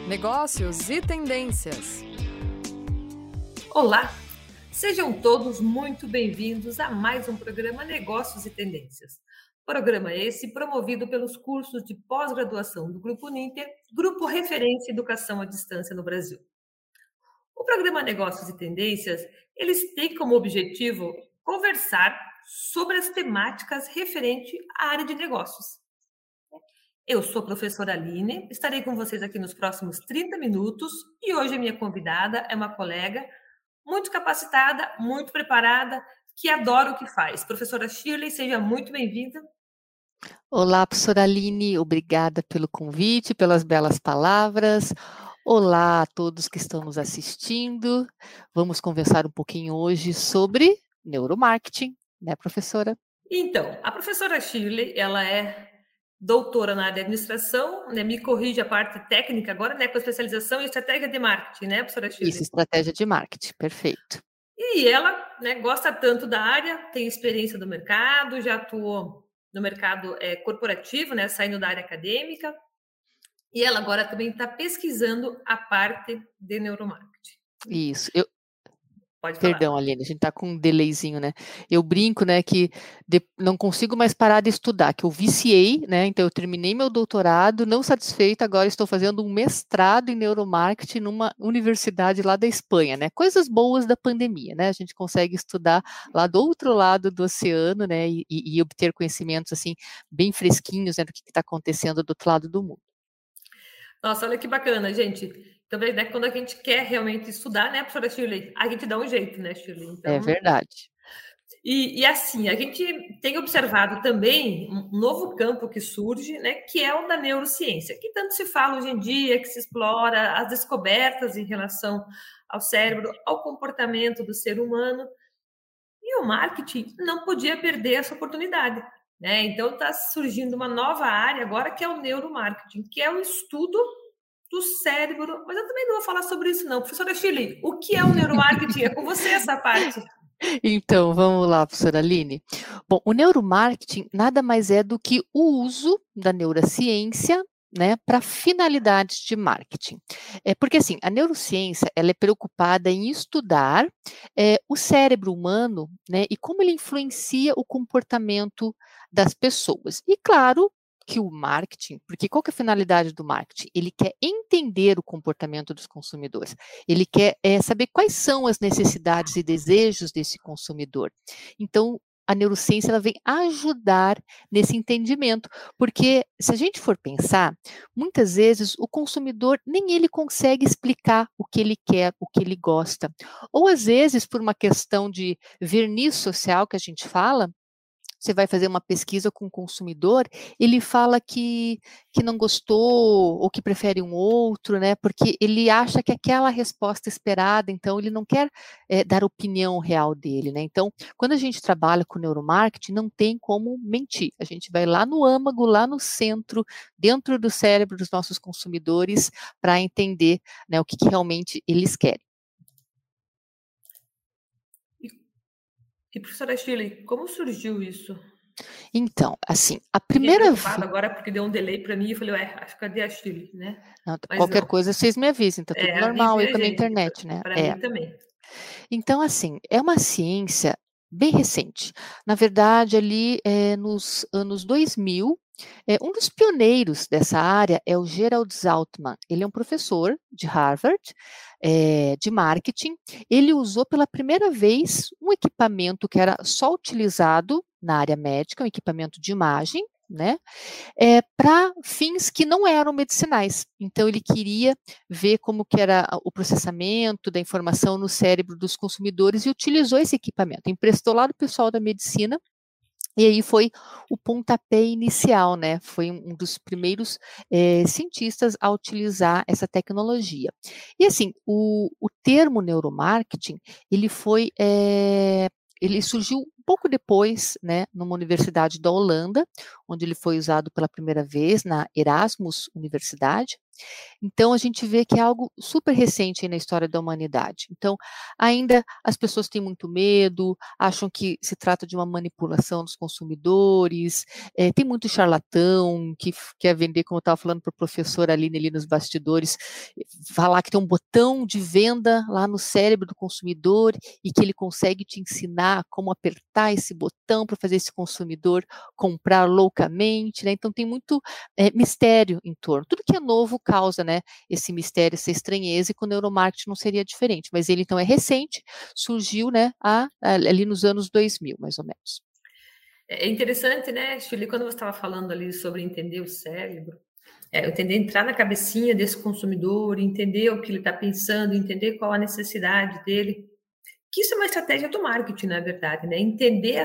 Negócios e tendências. Olá, sejam todos muito bem-vindos a mais um programa Negócios e Tendências. Programa esse promovido pelos cursos de pós-graduação do Grupo Ninter, Grupo Referência em Educação à Distância no Brasil. O programa Negócios e Tendências, eles têm como objetivo conversar sobre as temáticas referentes à área de negócios. Eu sou a professora Aline, estarei com vocês aqui nos próximos 30 minutos e hoje a minha convidada é uma colega muito capacitada, muito preparada, que adora o que faz. Professora Shirley, seja muito bem-vinda. Olá, professora Aline, obrigada pelo convite, pelas belas palavras. Olá a todos que estão nos assistindo. Vamos conversar um pouquinho hoje sobre neuromarketing, né, professora? Então, a professora Shirley, ela é doutora na área de administração, né, me corrige a parte técnica agora, né, com especialização em estratégia de marketing, né, professora Shirley? Isso, estratégia de marketing, perfeito. E ela, né, gosta tanto da área, tem experiência do mercado, já atuou no mercado corporativo, né, saindo da área acadêmica, e ela agora também está pesquisando a parte de neuromarketing. Isso, Pode falar. Perdão, Aline, a gente está com um delayzinho, né? Eu brinco, né, que não consigo mais parar de estudar, que eu viciei, né? Então eu terminei meu doutorado, não satisfeita, agora estou fazendo um mestrado em neuromarketing numa universidade lá da Espanha, né? Coisas boas da pandemia, né? A gente consegue estudar lá do outro lado do oceano, né? E obter conhecimentos assim bem fresquinhos, né, do que está acontecendo do outro lado do mundo. Nossa, olha que bacana, gente. Também, né, quando a gente quer realmente estudar, né, professora Shirley, a gente dá um jeito, né, Shirley? Então, é verdade. E assim, a gente tem observado também um novo campo que surge, né, que é o da neurociência, que tanto se fala hoje em dia, que se explora as descobertas em relação ao cérebro, ao comportamento do ser humano. E o marketing não podia perder essa oportunidade, né? Então está surgindo uma nova área agora que é o neuromarketing, que é o estudo do cérebro. Mas eu também não vou falar sobre isso não. Professora Shirley, o que é o neuromarketing? É com você essa parte. Então, vamos lá, professora Aline. Bom, o neuromarketing nada mais é do que o uso da neurociência, né, para finalidades de marketing. Porque, assim, a neurociência, ela é preocupada em estudar o cérebro humano, né, e como ele influencia o comportamento das pessoas. E, claro, que o marketing, porque qual que é a finalidade do marketing? Ele quer entender o comportamento dos consumidores, ele quer saber quais são as necessidades e desejos desse consumidor. Então, a neurociência ela vem ajudar nesse entendimento, porque se a gente for pensar, muitas vezes o consumidor nem ele consegue explicar o que ele quer, o que ele gosta, ou às vezes por uma questão de verniz social que a gente fala, você vai fazer uma pesquisa com o consumidor, ele fala que não gostou ou que prefere um outro, né? Porque ele acha que aquela resposta esperada, então ele não quer dar a opinião real dele, né? Então, quando a gente trabalha com neuromarketing, não tem como mentir. A gente vai lá no âmago, lá no centro, dentro do cérebro dos nossos consumidores, para entender, né, o que realmente eles querem. E professora Shirley, como surgiu isso? Então, assim, a primeira vez... agora porque deu um delay para mim, eu falei, acho que cadê a Shirley, né? Não, qualquer coisa vocês me avisem, tá tudo normal aí com a minha internet, né? Para mim também. Então, assim, é uma ciência bem recente. Na verdade, ali nos anos 2000, um dos pioneiros dessa área é o Gerald Zaltman. Ele é um professor de Harvard, de marketing. Ele usou pela primeira vez um equipamento que era só utilizado na área médica, um equipamento de imagem, né, para fins que não eram medicinais. Então, ele queria ver como que era o processamento da informação no cérebro dos consumidores e utilizou esse equipamento. Emprestou lá do pessoal da medicina, e aí foi o pontapé inicial, né? Foi um dos primeiros cientistas a utilizar essa tecnologia. E assim, o termo neuromarketing, ele surgiu pouco depois, né, numa universidade da Holanda, onde ele foi usado pela primeira vez, na Erasmus Universidade. Então, a gente vê que é algo super recente na história da humanidade. Então, ainda as pessoas têm muito medo, acham que se trata de uma manipulação dos consumidores, tem muito charlatão que quer vender, como eu estava falando para a professora Aline ali nos bastidores, falar que tem um botão de venda lá no cérebro do consumidor e que ele consegue te ensinar como apertar esse botão para fazer esse consumidor comprar loucamente, né? Então, tem muito mistério em torno. Tudo que é novo causa, né, esse mistério, essa estranheza, e com o neuromarketing não seria diferente. Mas ele, então, é recente, surgiu, né, ali nos anos 2000, mais ou menos. É interessante, né, Shirley, quando você estava falando ali sobre entender o cérebro, entender, entrar na cabecinha desse consumidor, entender o que ele está pensando, entender qual a necessidade dele, que isso é uma estratégia do marketing, na verdade, né? Entender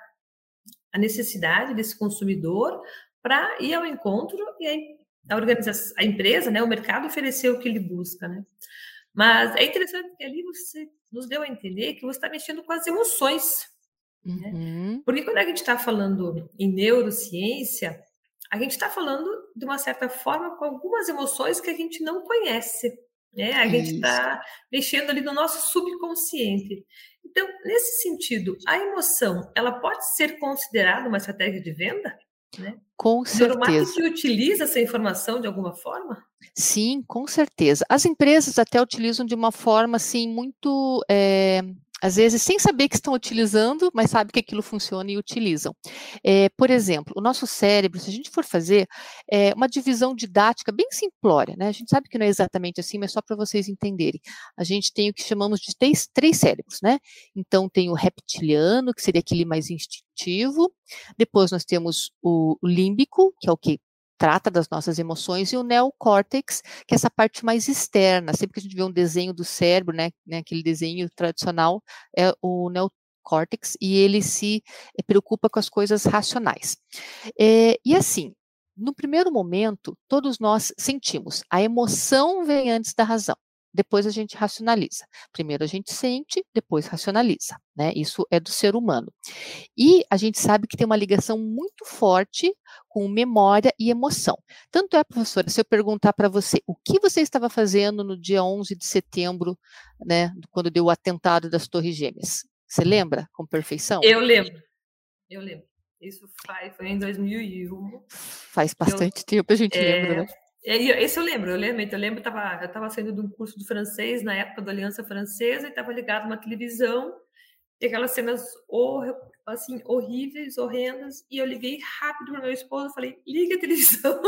a necessidade desse consumidor para ir ao encontro e a empresa, né, o mercado oferecer o que ele busca, né? Mas é interessante que ali você nos deu a entender que você está mexendo com as emoções, né? Porque quando a gente está falando em neurociência, a gente está falando, de uma certa forma, com algumas emoções que a gente não conhece, né? A gente está mexendo ali no nosso subconsciente. Então, nesse sentido, a emoção, ela pode ser considerada uma estratégia de venda? Né? Com certeza. O neuromarketing utiliza essa informação de alguma forma? Sim, com certeza. As empresas até utilizam de uma forma, assim, muito... às vezes sem saber que estão utilizando, mas sabe que aquilo funciona e utilizam. Por exemplo, o nosso cérebro, se a gente for fazer uma divisão didática bem simplória, né? A gente sabe que não é exatamente assim, mas só para vocês entenderem. A gente tem o que chamamos de três cérebros, né? Então, tem o reptiliano, que seria aquele mais instintivo. Depois nós temos o límbico, que é o que trata das nossas emoções, e o neocórtex, que é essa parte mais externa. Sempre que a gente vê um desenho do cérebro, né, aquele desenho tradicional, é o neocórtex, e ele se preocupa com as coisas racionais. E assim, no primeiro momento, todos nós sentimos, a emoção vem antes da razão. Depois a gente racionaliza. Primeiro a gente sente, depois racionaliza, né? Isso é do ser humano. E a gente sabe que tem uma ligação muito forte com memória e emoção. Tanto é, professora, se eu perguntar para você, o que você estava fazendo no dia 11 de setembro, né, quando deu o atentado das Torres Gêmeas? Você lembra com perfeição? Eu lembro. Isso foi em 2001. Faz bastante tempo, a gente lembra, né? Esse eu lembro, eu lembro, eu estava saindo de um curso de francês na época da Aliança Francesa e estava ligado uma televisão e aquelas cenas assim, horríveis, horrendas, e eu liguei rápido para meu esposo e falei, liga a televisão.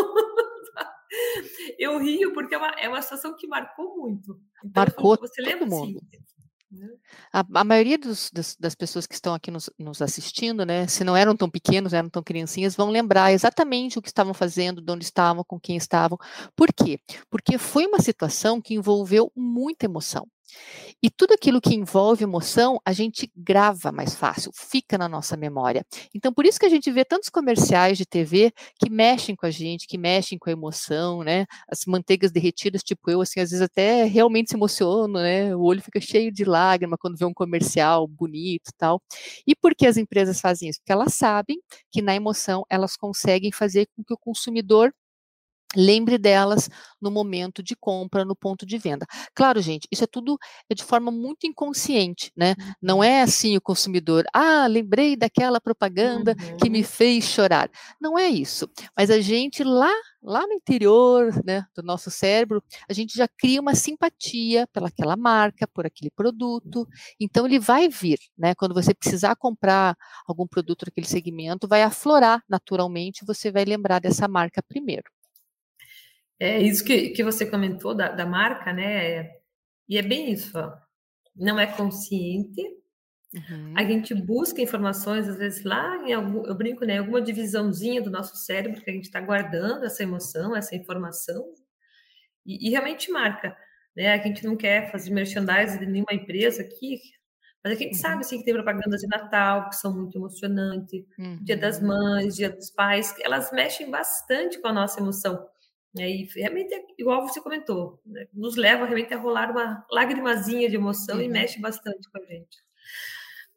Eu rio porque é uma situação que marcou muito. Então, marcou você lembra, todo mundo. Assim, né? A maioria das pessoas que estão aqui nos assistindo, né, se não eram tão pequenos, eram tão criancinhas, vão lembrar exatamente o que estavam fazendo, de onde estavam, com quem estavam. Por quê? Porque foi uma situação que envolveu muita emoção. E tudo aquilo que envolve emoção, a gente grava mais fácil, fica na nossa memória. Então, por isso que a gente vê tantos comerciais de TV que mexem com a gente, que mexem com a emoção, né? As manteigas derretidas, tipo eu, assim, às vezes até realmente se emociono, né? O olho fica cheio de lágrima quando vê um comercial bonito e tal. E por que as empresas fazem isso? Porque elas sabem que na emoção elas conseguem fazer com que o consumidor lembre delas no momento de compra, no ponto de venda. Claro, gente, isso é tudo de forma muito inconsciente, né? Não é assim o consumidor, lembrei daquela propaganda que me fez chorar. Não é isso. Mas a gente lá no interior, né, do nosso cérebro, a gente já cria uma simpatia pelaquela marca, por aquele produto. Então ele vai vir, né? Quando você precisar comprar algum produto daquele segmento, vai aflorar naturalmente, você vai lembrar dessa marca primeiro. É isso que você comentou da marca, né? E é bem isso, ó. Não é consciente. A gente busca informações, às vezes, lá em eu brinco, né? Alguma divisãozinha do nosso cérebro que a gente está guardando essa emoção, essa informação, e realmente marca, né? A gente não quer fazer merchandising de nenhuma empresa aqui, mas a gente sabe assim, que tem propagandas de Natal que são muito emocionantes, Dia das Mães, Dia dos Pais, elas mexem bastante com a nossa emoção. E realmente, igual você comentou, né, nos leva realmente a rolar uma lagrimazinha de emoção e mexe bastante com a gente.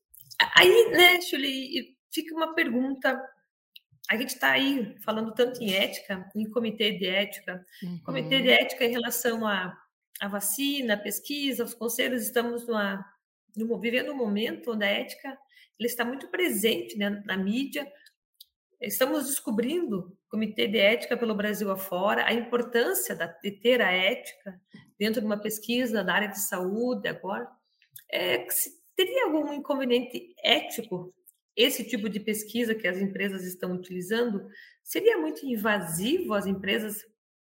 Aí, né, Shirley, fica uma pergunta. A gente está aí falando tanto em ética, em comitê de ética, comitê de ética em relação à vacina, à pesquisa, aos conselhos. Estamos vivendo um momento onde a ética ele está muito presente, né, na mídia. Estamos descobrindo, comitê de ética pelo Brasil afora, a importância de ter a ética dentro de uma pesquisa da área de saúde agora. Teria algum inconveniente ético esse tipo de pesquisa que as empresas estão utilizando? Seria muito invasivo as empresas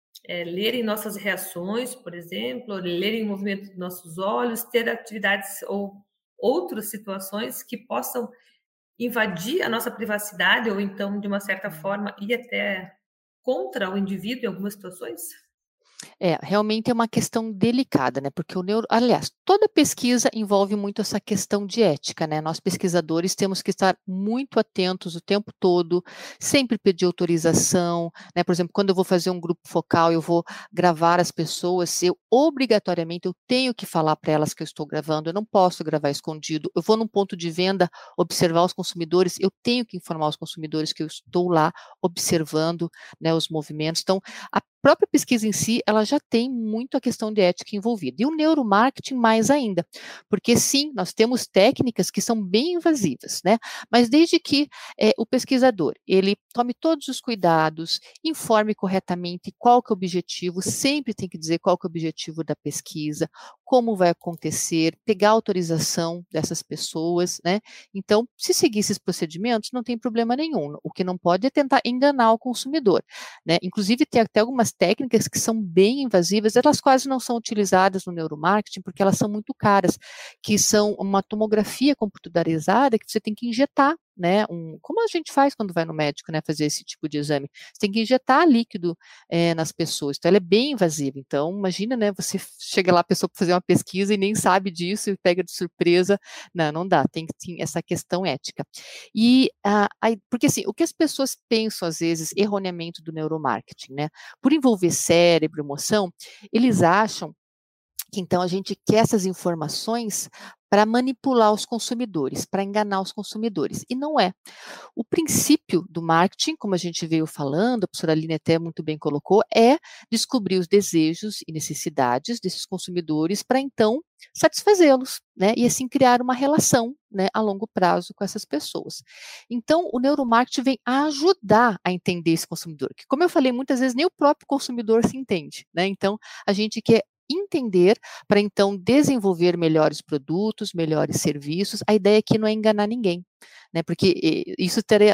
lerem nossas reações, por exemplo, lerem o movimento dos nossos olhos, ter atividades ou outras situações que possam invadir a nossa privacidade ou então, de uma certa forma, ir até contra o indivíduo em algumas situações? Realmente é uma questão delicada, né? Porque aliás, toda pesquisa envolve muito essa questão de ética, né? Nós pesquisadores temos que estar muito atentos o tempo todo, sempre pedir autorização, né? Por exemplo, quando eu vou fazer um grupo focal, eu vou gravar as pessoas, obrigatoriamente eu tenho que falar para elas que eu estou gravando, eu não posso gravar escondido. Eu vou num ponto de venda observar os consumidores, eu tenho que informar os consumidores que eu estou lá observando, né, os movimentos. Então, a própria pesquisa em si, ela já tem muito a questão de ética envolvida. E o neuromarketing mais ainda, porque sim, nós temos técnicas que são bem invasivas, né? Mas desde que o pesquisador, ele tome todos os cuidados, informe corretamente qual que é o objetivo, sempre tem que dizer qual que é o objetivo da pesquisa, como vai acontecer, pegar a autorização dessas pessoas, né? Então, se seguir esses procedimentos, não tem problema nenhum. O que não pode é tentar enganar o consumidor, né? Inclusive, tem até algumas técnicas que são bem invasivas, elas quase não são utilizadas no neuromarketing porque elas são muito caras, que são uma tomografia computadorizada que você tem que injetar, né, como a gente faz quando vai no médico, né, fazer esse tipo de exame, você tem que injetar líquido nas pessoas, então ela é bem invasiva, então imagina, né, você chega lá a pessoa para fazer uma pesquisa e nem sabe disso e pega de surpresa, não dá, tem essa questão ética. E, porque assim, o que as pessoas pensam às vezes erroneamente do neuromarketing, né, por envolver cérebro, emoção, eles acham que então a gente quer essas informações para manipular os consumidores, para enganar os consumidores, e não é. O princípio do marketing, como a gente veio falando, a professora Aline até muito bem colocou, é descobrir os desejos e necessidades desses consumidores para então satisfazê-los, né, e assim criar uma relação, né, a longo prazo com essas pessoas. Então, o neuromarketing vem a ajudar a entender esse consumidor, que como eu falei, muitas vezes nem o próprio consumidor se entende, né, então a gente quer entender para então desenvolver melhores produtos, melhores serviços. A ideia aqui não é enganar ninguém, né? Porque isso estaria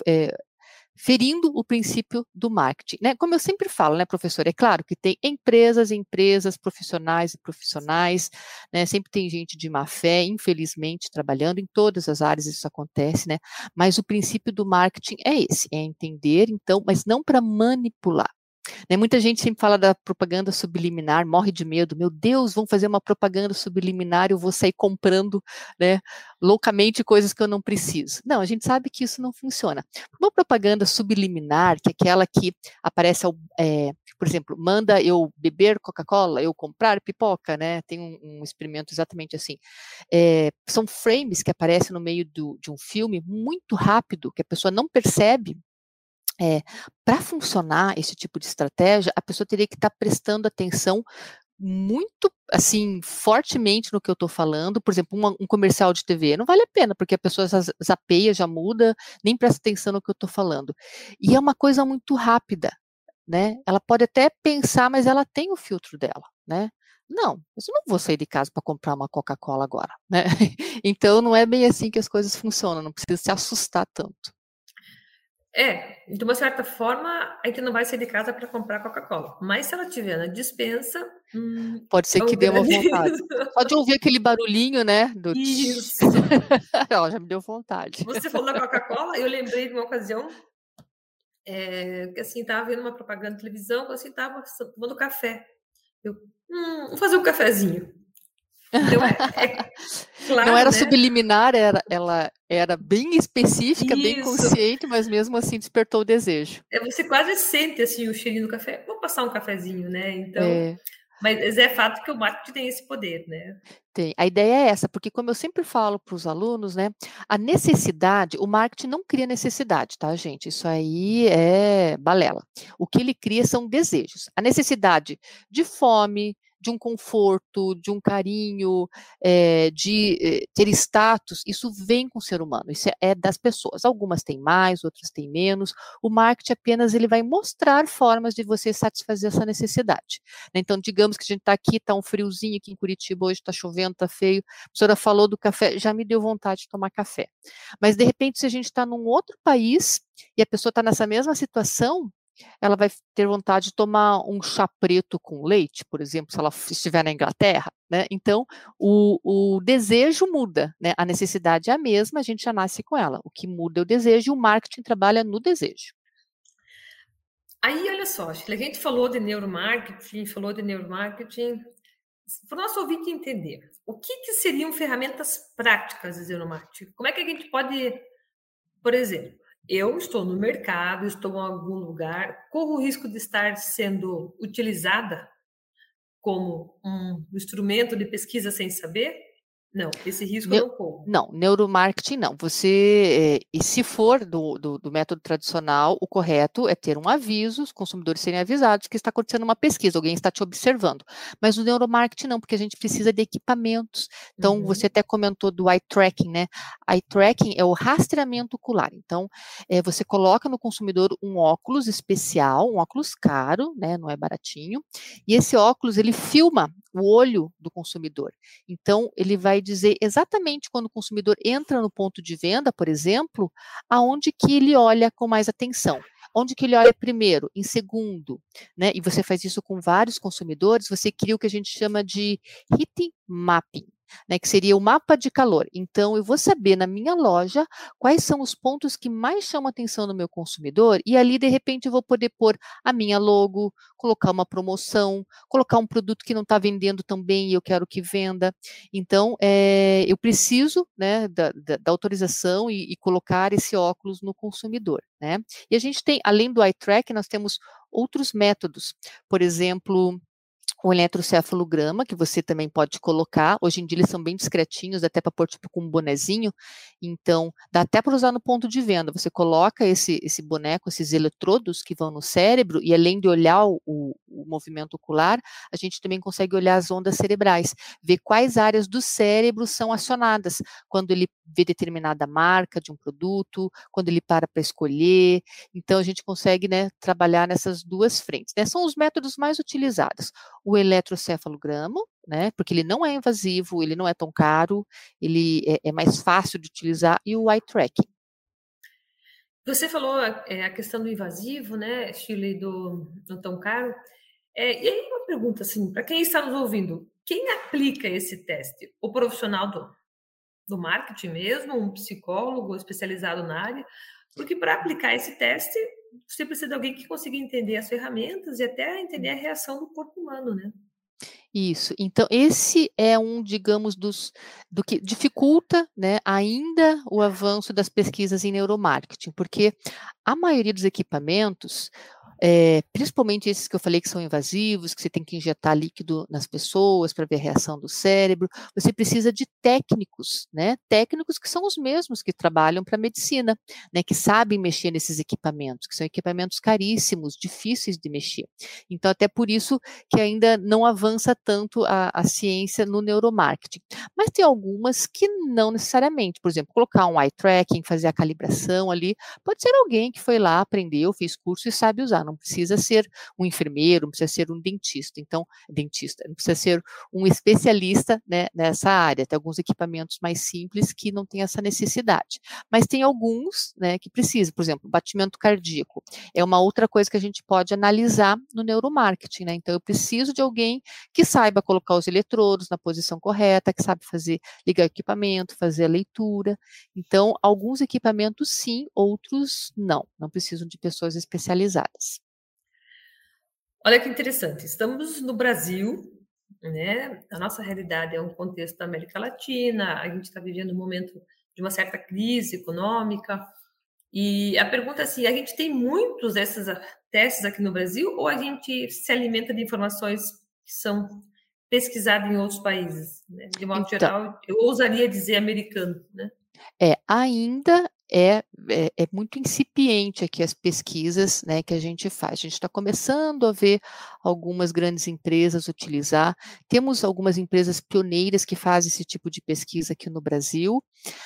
ferindo o princípio do marketing, né? Como eu sempre falo, né, professor? É claro que tem empresas, profissionais e profissionais, né? Sempre tem gente de má fé, infelizmente, trabalhando em todas as áreas, isso acontece, né? Mas o princípio do marketing é esse, é entender, então, mas não para manipular. Né, muita gente sempre fala da propaganda subliminar, morre de medo, meu Deus, vão fazer uma propaganda subliminar, eu vou sair comprando, né, loucamente coisas que eu não preciso. Não, a gente sabe que isso não funciona. Uma propaganda subliminar, que é aquela que aparece, por exemplo, manda eu beber Coca-Cola, eu comprar pipoca, né, tem um experimento exatamente assim. São frames que aparecem no meio de um filme muito rápido, que a pessoa não percebe. Para funcionar esse tipo de estratégia, a pessoa teria que estar prestando atenção muito, assim, fortemente no que eu estou falando. Por exemplo, um comercial de TV, não vale a pena, porque a pessoa zapeia, já muda, nem presta atenção no que eu estou falando. E é uma coisa muito rápida, né? Ela pode até pensar, mas ela tem o filtro dela, né? Não, eu não vou sair de casa para comprar uma Coca-Cola agora, né? Então, não é bem assim que as coisas funcionam, não precisa se assustar tanto. De uma certa forma, a gente não vai sair de casa para comprar Coca-Cola. Mas se ela tiver na despensa. Pode ser que dê uma vontade. Só de ouvir aquele barulhinho, né? Isso. Ela já me deu vontade. Você falou da Coca-Cola, eu lembrei de uma ocasião que assim, estava vendo uma propaganda na televisão, assim, estava tomando café. Eu, vou fazer um cafezinho. Então, claro, não era, né? subliminar, ela era bem específica, bem consciente, mas mesmo assim despertou o desejo. Você quase sente assim, o cheirinho do café. Vou passar um cafezinho, né? Então, Mas é fato que o marketing tem esse poder, né? Tem. A ideia é essa, porque como eu sempre falo para os alunos, né, a necessidade, o marketing não cria necessidade, tá, gente? Isso aí é balela. O que ele cria são desejos. A necessidade de fome, de um conforto, de um carinho, de ter status, isso vem com o ser humano, isso é das pessoas. Algumas têm mais, outras têm menos. O marketing apenas ele vai mostrar formas de você satisfazer essa necessidade. Então, digamos que a gente está aqui, está um friozinho aqui em Curitiba, hoje está chovendo, está feio. A professora falou do café, já me deu vontade de tomar café. Mas, de repente, se a gente está num outro país e a pessoa está nessa mesma situação, ela vai ter vontade de tomar um chá preto com leite, por exemplo, se ela estiver na Inglaterra, né? Então, o desejo muda, né? A necessidade é a mesma, a gente já nasce com ela. O que muda é o desejo e o marketing trabalha no desejo. Aí, olha só, Sheila, a gente falou de neuromarketing, para o nosso ouvinte entender, o que seriam ferramentas práticas de neuromarketing? Como é que a gente pode, por exemplo, eu estou no mercado, estou em algum lugar, corro o risco de estar sendo utilizada como um instrumento de pesquisa sem saber? Não, esse risco eu não corro. Não, neuromarketing não. Você, e se for do método tradicional, o correto é ter um aviso, os consumidores serem avisados que está acontecendo uma pesquisa, alguém está te observando. Mas o neuromarketing não, porque a gente precisa de equipamentos. Então, você até comentou do eye tracking, né? Eye tracking é o rastreamento ocular. Então, você coloca no consumidor um óculos especial, um óculos caro, né? Não é baratinho. E esse óculos, ele filma o olho do consumidor. Então, ele vai dizer exatamente quando o consumidor entra no ponto de venda, por exemplo, aonde que ele olha com mais atenção. Onde que ele olha primeiro, em segundo, né? E você faz isso com vários consumidores, você cria o que a gente chama de heat mapping, né, que seria o mapa de calor. Então, eu vou saber na minha loja quais são os pontos que mais chamam a atenção do meu consumidor e ali, de repente, eu vou poder pôr a minha logo, colocar uma promoção, colocar um produto que não está vendendo tão bem e eu quero que venda. Então, eu preciso, né, da autorização e colocar esse óculos no consumidor, né? E a gente tem, além do eye track, nós temos outros métodos, por exemplo, o eletrocefalograma, que você também pode colocar. Hoje em dia eles são bem discretinhos, até para pôr tipo com um bonezinho. Então, dá até para usar no ponto de venda. Você coloca esse boneco, esses eletrodos que vão no cérebro, e além de olhar o movimento ocular, a gente também consegue olhar as ondas cerebrais, ver quais áreas do cérebro são acionadas quando ele vê determinada marca de um produto, quando ele para escolher. Então, a gente consegue, né, trabalhar nessas duas frentes, né? São os métodos mais utilizados. O eletrocefalograma, né, porque ele não é invasivo, ele não é tão caro, ele é mais fácil de utilizar, e o eye tracking. Você falou a questão do invasivo, né, Shirley, do tão caro. E aí uma pergunta, assim, para quem está nos ouvindo, quem aplica esse teste? O profissional do marketing mesmo, um psicólogo especializado na área? Porque para aplicar esse teste, você precisa de alguém que consiga entender as ferramentas e até entender a reação do corpo humano, né? Isso. Então, esse é um, digamos, do que dificulta, né, ainda o avanço das pesquisas em neuromarketing, porque a maioria dos equipamentos, principalmente esses que eu falei que são invasivos, que você tem que injetar líquido nas pessoas para ver a reação do cérebro, você precisa de técnicos, né? Técnicos que são os mesmos que trabalham para a medicina, né? Que sabem mexer nesses equipamentos, que são equipamentos caríssimos, difíceis de mexer. Então, até por isso que ainda não avança tanto a ciência no neuromarketing. Mas tem algumas que não necessariamente. Por exemplo, colocar um eye tracking, fazer a calibração ali, pode ser alguém que foi lá, aprendeu, fez curso e sabe usar. Não precisa ser um enfermeiro, não precisa ser um dentista. Então, não precisa ser um especialista, né, nessa área. Tem alguns equipamentos mais simples que não têm essa necessidade. Mas tem alguns, né, que precisam. Por exemplo, batimento cardíaco. É uma outra coisa que a gente pode analisar no neuromarketing, né? Então, eu preciso de alguém que saiba colocar os eletrodos na posição correta, que sabe ligar o equipamento, fazer a leitura. Então, alguns equipamentos sim, outros não precisam de pessoas especializadas. Olha que interessante, estamos no Brasil, né? A nossa realidade é um contexto da América Latina, a gente está vivendo um momento de uma certa crise econômica, e a pergunta é assim, a gente tem muitos desses testes aqui no Brasil ou a gente se alimenta de informações que são pesquisadas em outros países, né? De modo Então, geral, eu ousaria dizer americano, né? ainda é muito incipiente aqui as pesquisas, né, que a gente faz. A gente está começando a ver algumas grandes empresas utilizar. Temos algumas empresas pioneiras que fazem esse tipo de pesquisa aqui no Brasil,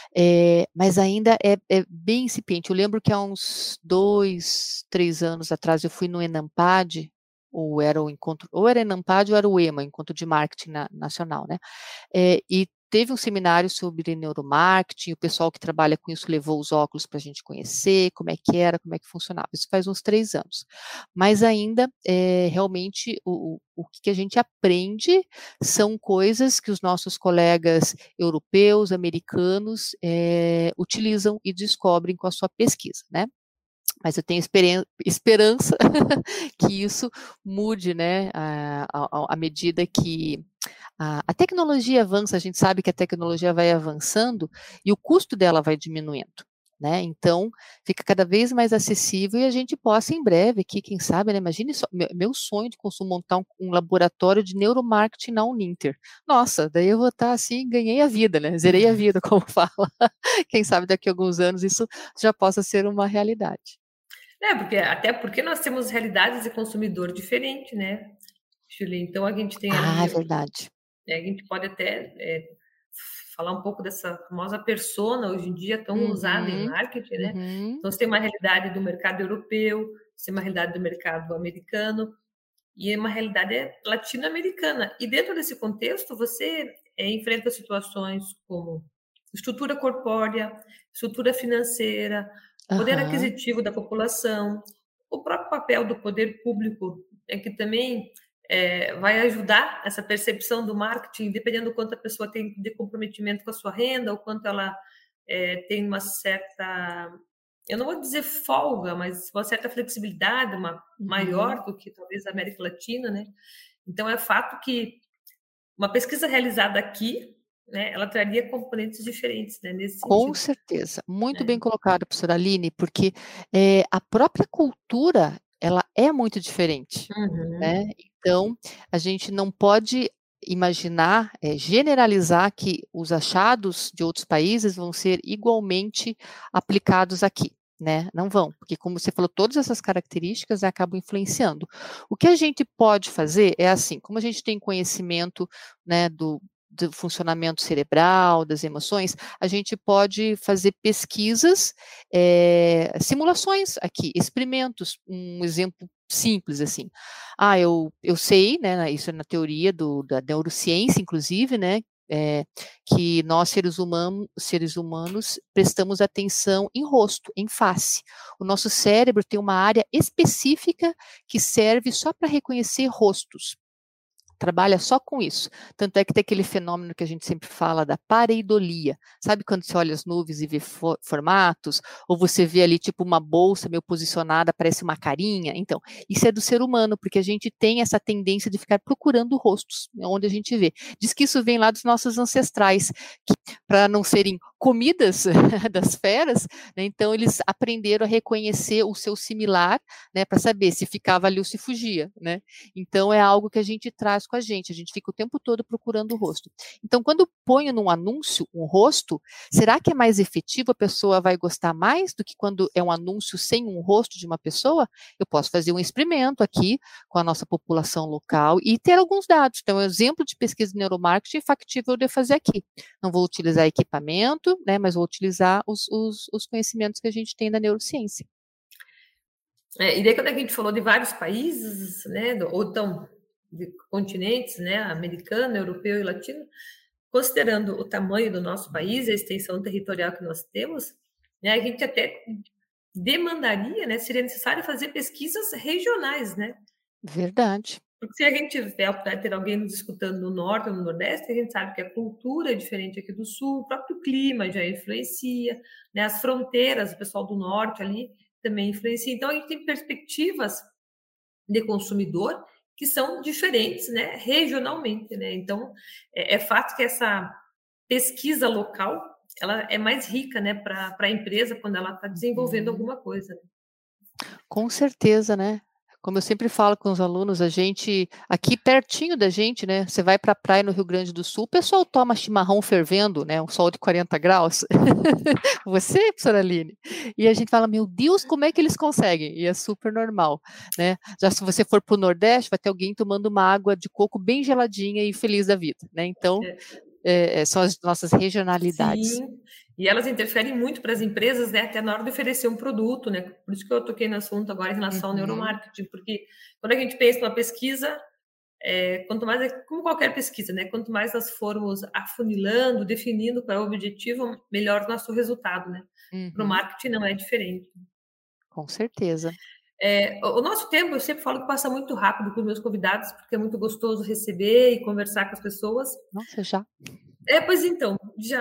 mas ainda é bem incipiente. Eu lembro que há uns 2, 3 anos atrás eu fui no Enampad, ou era o encontro, ou era Enampad ou era o EMA, Encontro de Marketing Nacional, né? E teve um seminário sobre neuromarketing, o pessoal que trabalha com isso levou os óculos para a gente conhecer como é que era, como é que funcionava. Isso faz uns 3 anos. Mas ainda, realmente, o que a gente aprende são coisas que os nossos colegas europeus, americanos, utilizam e descobrem com a sua pesquisa, né? Mas eu tenho esperança que isso mude, né, à medida que a tecnologia avança, a gente sabe que a tecnologia vai avançando e o custo dela vai diminuindo, né? Então, fica cada vez mais acessível e a gente possa em breve aqui, quem sabe, né? Imagine só, meu sonho de montar um laboratório de neuromarketing na Uninter. Nossa, daí eu vou estar assim, ganhei a vida, né? Zerei a vida, como fala. Quem sabe daqui a alguns anos isso já possa ser uma realidade. Até porque nós temos realidades de consumidor diferente, né, Julie? Então a gente tem Ah, é ali, verdade. a gente pode até falar um pouco dessa famosa persona, hoje em dia tão usada em Uhum, marketing, né? uhum. Então você tem uma realidade do mercado europeu, você tem uma realidade do mercado americano e uma realidade latino-americana. E dentro desse contexto, você enfrenta situações como estrutura corpórea, estrutura financeira, poder Aham. aquisitivo da população, o próprio papel do poder público, que também vai ajudar essa percepção do marketing, dependendo do quanto a pessoa tem de comprometimento com a sua renda, ou quanto ela tem uma certa, eu não vou dizer folga, mas uma certa flexibilidade, uma Uhum. maior do que talvez a América Latina, né? Então é fato que uma pesquisa realizada aqui, né, ela traria componentes diferentes, né, nesse Com sentido, certeza, muito bem né? colocado, professora Aline, porque, a própria cultura, ela é muito diferente, né, Uhum. então, a gente não pode imaginar, generalizar que os achados de outros países vão ser igualmente aplicados aqui, né, não vão, porque como você falou, todas essas características acabam influenciando. O que a gente pode fazer é assim, como a gente tem conhecimento, né, do funcionamento cerebral, das emoções, a gente pode fazer pesquisas, simulações aqui, experimentos, um exemplo simples assim. Eu sei, né, isso é na teoria da neurociência, inclusive, né, que nós seres humanos prestamos atenção em rosto, em face. O nosso cérebro tem uma área específica que serve só para reconhecer rostos. Trabalha só com isso. Tanto é que tem aquele fenômeno que a gente sempre fala da pareidolia. Sabe quando você olha as nuvens e vê formatos? Ou você vê ali tipo uma bolsa meio posicionada, parece uma carinha? Então, isso é do ser humano, porque a gente tem essa tendência de ficar procurando rostos, onde a gente vê. Diz que isso vem lá dos nossos ancestrais, que para não serem comidas das feras, né, então eles aprenderam a reconhecer o seu similar, né, para saber se ficava ali ou se fugia, né? Então, é algo que a gente traz com a gente fica o tempo todo procurando o rosto. Então, quando eu ponho num anúncio um rosto, será que é mais efetivo, a pessoa vai gostar mais do que quando é um anúncio sem um rosto de uma pessoa? Eu posso fazer um experimento aqui com a nossa população local e ter alguns dados. Então, um exemplo de pesquisa de neuromarketing factível de fazer aqui. Não vou utilizar equipamento, né, mas vou utilizar os conhecimentos que a gente tem da neurociência. E daí quando a gente falou de vários países, né, ou então de continentes, né, americano, europeu e latino, considerando o tamanho do nosso país, a extensão territorial que nós temos, né, a gente até demandaria, né, seria necessário fazer pesquisas regionais, né? Verdade. Porque se a gente tiver a oportunidade de ter alguém nos escutando no norte ou no nordeste, a gente sabe que a cultura é diferente aqui do sul, o próprio clima já influencia, né? As fronteiras, o pessoal do norte ali também influencia. Então, a gente tem perspectivas de consumidor que são diferentes, né, regionalmente, né? Então, é fato que essa pesquisa local, ela é mais rica, né, para a empresa quando ela está desenvolvendo Uhum. alguma coisa. Com certeza, né? Como eu sempre falo com os alunos, a gente, aqui pertinho da gente, né? Você vai para a praia no Rio Grande do Sul, o pessoal toma chimarrão fervendo, né? Um sol de 40 graus. Você, professora Aline? E a gente fala, meu Deus, como é que eles conseguem? E é super normal, né? Já se você for para o Nordeste, vai ter alguém tomando uma água de coco bem geladinha e feliz da vida, né? Então, são as nossas regionalidades. Sim, e elas interferem muito para as empresas, né, até na hora de oferecer um produto, né? Por isso que eu toquei no assunto agora em relação ao neuromarketing, porque quando a gente pensa numa pesquisa, quanto mais, como qualquer pesquisa, né? Quanto mais nós formos afunilando, definindo qual é o objetivo, melhor o nosso resultado, né? Para o marketing não é diferente. Com certeza. O nosso tempo, eu sempre falo que passa muito rápido com os meus convidados, porque é muito gostoso receber e conversar com as pessoas. Nossa, já? Pois então, já.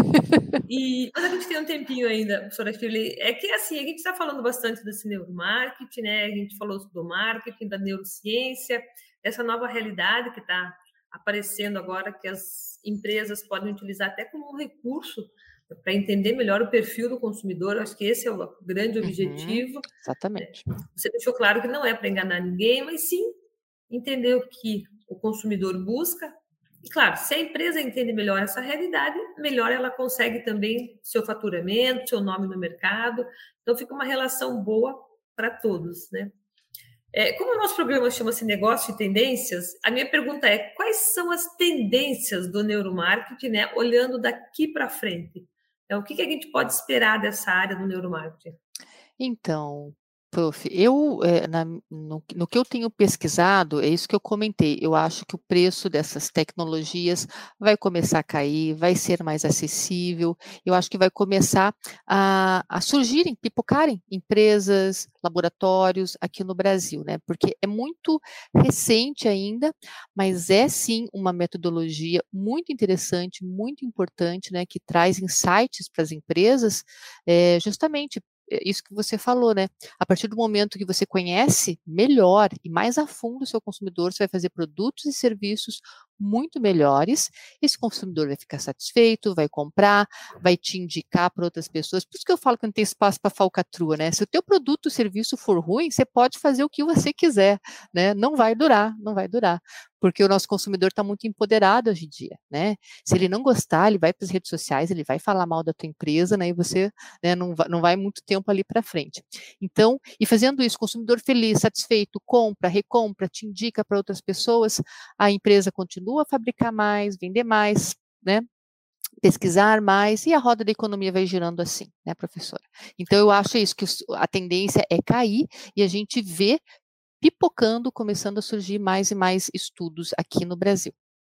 Mas a gente tem um tempinho ainda, professora Shirley. É que, assim, a gente está falando bastante desse neuromarketing, né? A gente falou do marketing, da neurociência, dessa nova realidade que está aparecendo agora, que as empresas podem utilizar até como um recurso para entender melhor o perfil do consumidor. Eu acho que esse é o grande objetivo. Exatamente. Você deixou claro que não é para enganar ninguém, mas sim entender o que o consumidor busca. E, claro, se a empresa entende melhor essa realidade, melhor ela consegue também seu faturamento, seu nome no mercado. Então, fica uma relação boa para todos, né? Como o nosso programa chama-se Negócio e Tendências, a minha pergunta é: quais são as tendências do neuromarketing, né, olhando daqui para frente? O que a gente pode esperar dessa área do neuromarketing? Então, prof, no que eu tenho pesquisado, é isso que eu comentei, eu acho que o preço dessas tecnologias vai começar a cair, vai ser mais acessível, eu acho que vai começar a surgirem, pipocarem empresas, laboratórios aqui no Brasil, né? Porque é muito recente ainda, mas é sim uma metodologia muito interessante, muito importante, né? Que traz insights para as empresas, justamente isso que você falou, né? A partir do momento que você conhece melhor e mais a fundo o seu consumidor, você vai fazer produtos e serviços muito melhores. Esse consumidor vai ficar satisfeito, vai comprar, vai te indicar para outras pessoas. Por isso que eu falo que não tem espaço para falcatrua, né? Se o teu produto ou serviço for ruim, você pode fazer o que você quiser, né? Não vai durar, não vai durar. Porque o nosso consumidor está muito empoderado hoje em dia, né? Se ele não gostar, ele vai para as redes sociais, ele vai falar mal da tua empresa, né? E você, né, não vai muito tempo ali para frente. Então, e fazendo isso, consumidor feliz, satisfeito, compra, recompra, te indica para outras pessoas, a empresa continua a fabricar mais, vender mais, né? Pesquisar mais, e a roda da economia vai girando assim, né, professora? Então, eu acho isso, que a tendência é cair, e a gente vê pipocando, começando a surgir mais e mais estudos aqui no Brasil.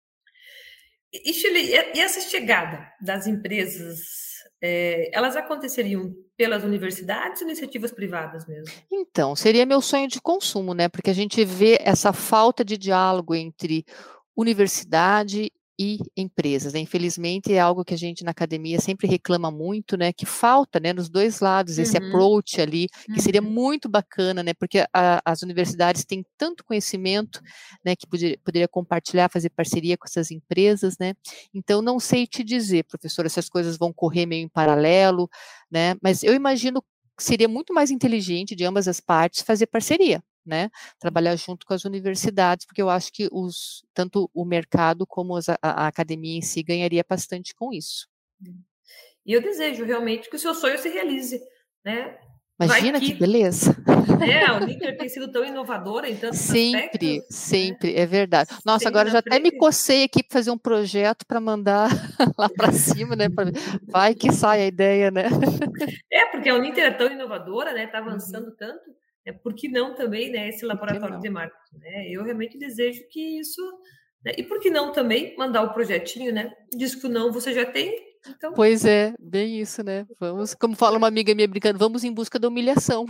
E essa chegada das empresas, elas aconteceriam pelas universidades ou iniciativas privadas mesmo? Então, seria meu sonho de consumo, né? Porque a gente vê essa falta de diálogo entre universidade e empresas, né? Infelizmente é algo que a gente na academia sempre reclama muito, né? Que falta, né, nos dois lados esse approach ali, que seria muito bacana, né? Porque as universidades têm tanto conhecimento, né? Que poderia compartilhar, fazer parceria com essas empresas, né? Então não sei te dizer, professora, se as coisas vão correr meio em paralelo, né? Mas eu imagino que seria muito mais inteligente de ambas as partes fazer parceria, né? Trabalhar junto com as universidades, porque eu acho que tanto o mercado como a academia em si ganharia bastante com isso. E eu desejo realmente que o seu sonho se realize, né? Imagina que beleza! A Uninter tem sido tão inovadora em tantos aspectos. Sempre, é verdade. Nossa, Sempre agora já até me frente. cocei aqui para fazer um projeto para mandar lá para cima, né? Vai que sai a ideia, né? Porque a Uninter é tão inovadora, né? Está avançando tanto. Por que não também, né? Esse laboratório de marketing, né? Eu realmente desejo que isso, né? E por que não também mandar o projetinho, né? Diz que o não você já tem. Então... Pois é, bem isso, né? Vamos, como fala uma amiga minha brincando, vamos em busca da humilhação.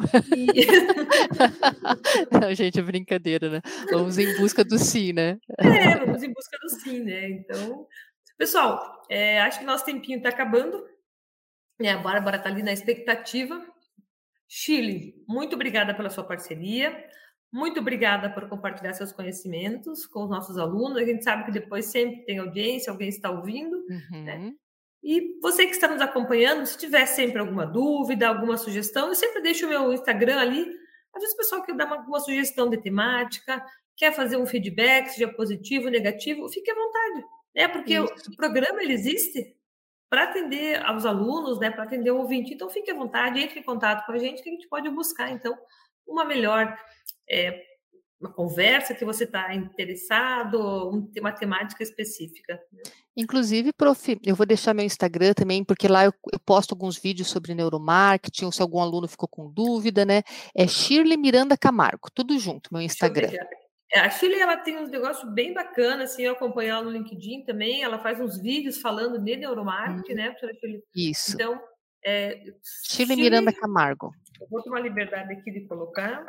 Não, gente, é brincadeira, né? Vamos em busca do sim, né? Vamos em busca do sim, né? Então, pessoal, acho que nosso tempinho está acabando. A Bárbara está ali na expectativa. Shirley, muito obrigada pela sua parceria. Muito obrigada por compartilhar seus conhecimentos com os nossos alunos. A gente sabe que depois sempre tem audiência, alguém está ouvindo, né? E você que está nos acompanhando, se tiver sempre alguma dúvida, alguma sugestão, eu sempre deixo o meu Instagram ali Às vezes o pessoal quer dar uma sugestão de temática, quer fazer um feedback, seja positivo, negativo, fique à vontade, né? Porque o programa ele existe para atender aos alunos, né? Para atender o ouvinte. Então, fique à vontade, entre em contato com a gente, que a gente pode buscar, então, uma melhor uma conversa que você está interessado, uma temática específica. Inclusive, prof, eu vou deixar meu Instagram também, porque lá eu posto alguns vídeos sobre neuromarketing, ou se algum aluno ficou com dúvida, né? É Shirley Miranda Camargo, tudo junto, meu Instagram. A Shirley, ela tem uns negócios bem bacanas, assim, eu acompanho ela no LinkedIn também, ela faz uns vídeos falando de neuromarketing, né, professora Shirley? Isso. Então, Shirley Miranda Camargo. Eu vou tomar liberdade aqui de colocar.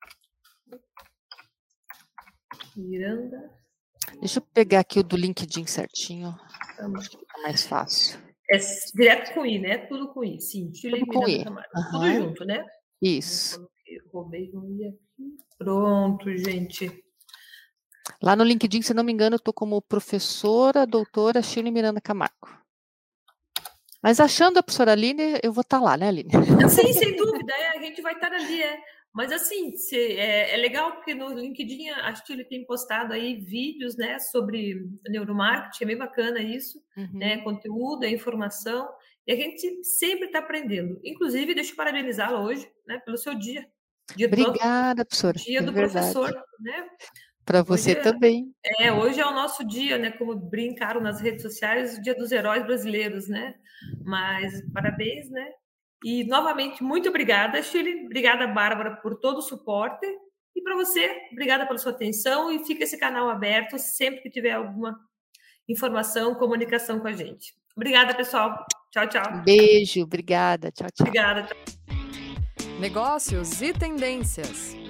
Miranda. Deixa eu pegar aqui o do LinkedIn certinho. Acho que fica mais fácil. É direto com I, né? Tudo com I, sim. Shirley Miranda Camargo. Tudo junto, né? Isso. Roubei o I aqui. Pronto, gente. Lá no LinkedIn, se não me engano, eu estou como professora, doutora Shirley Miranda Camargo. Mas achando a professora Aline, eu vou estar lá, né, Aline? Sim, sem dúvida, a gente vai estar ali, Mas assim, é legal porque no LinkedIn a Shirley tem postado aí vídeos, né, sobre neuromarketing, é bem bacana isso, né, conteúdo, informação, e a gente sempre está aprendendo. Inclusive, deixa eu parabenizá-la hoje, né, pelo seu dia. Obrigada, professora. Dia do professor, né? Para você também. Hoje é o nosso dia, né? Como brincaram nas redes sociais, o dia dos heróis brasileiros, né? Mas parabéns, né? E novamente, muito obrigada, Shirley. Obrigada, Bárbara, por todo o suporte. E para você, obrigada pela sua atenção. E fica esse canal aberto sempre que tiver alguma informação, comunicação com a gente. Obrigada, pessoal. Tchau, tchau. Beijo, obrigada. Tchau, tchau. Obrigada. Tchau. Negócios e tendências.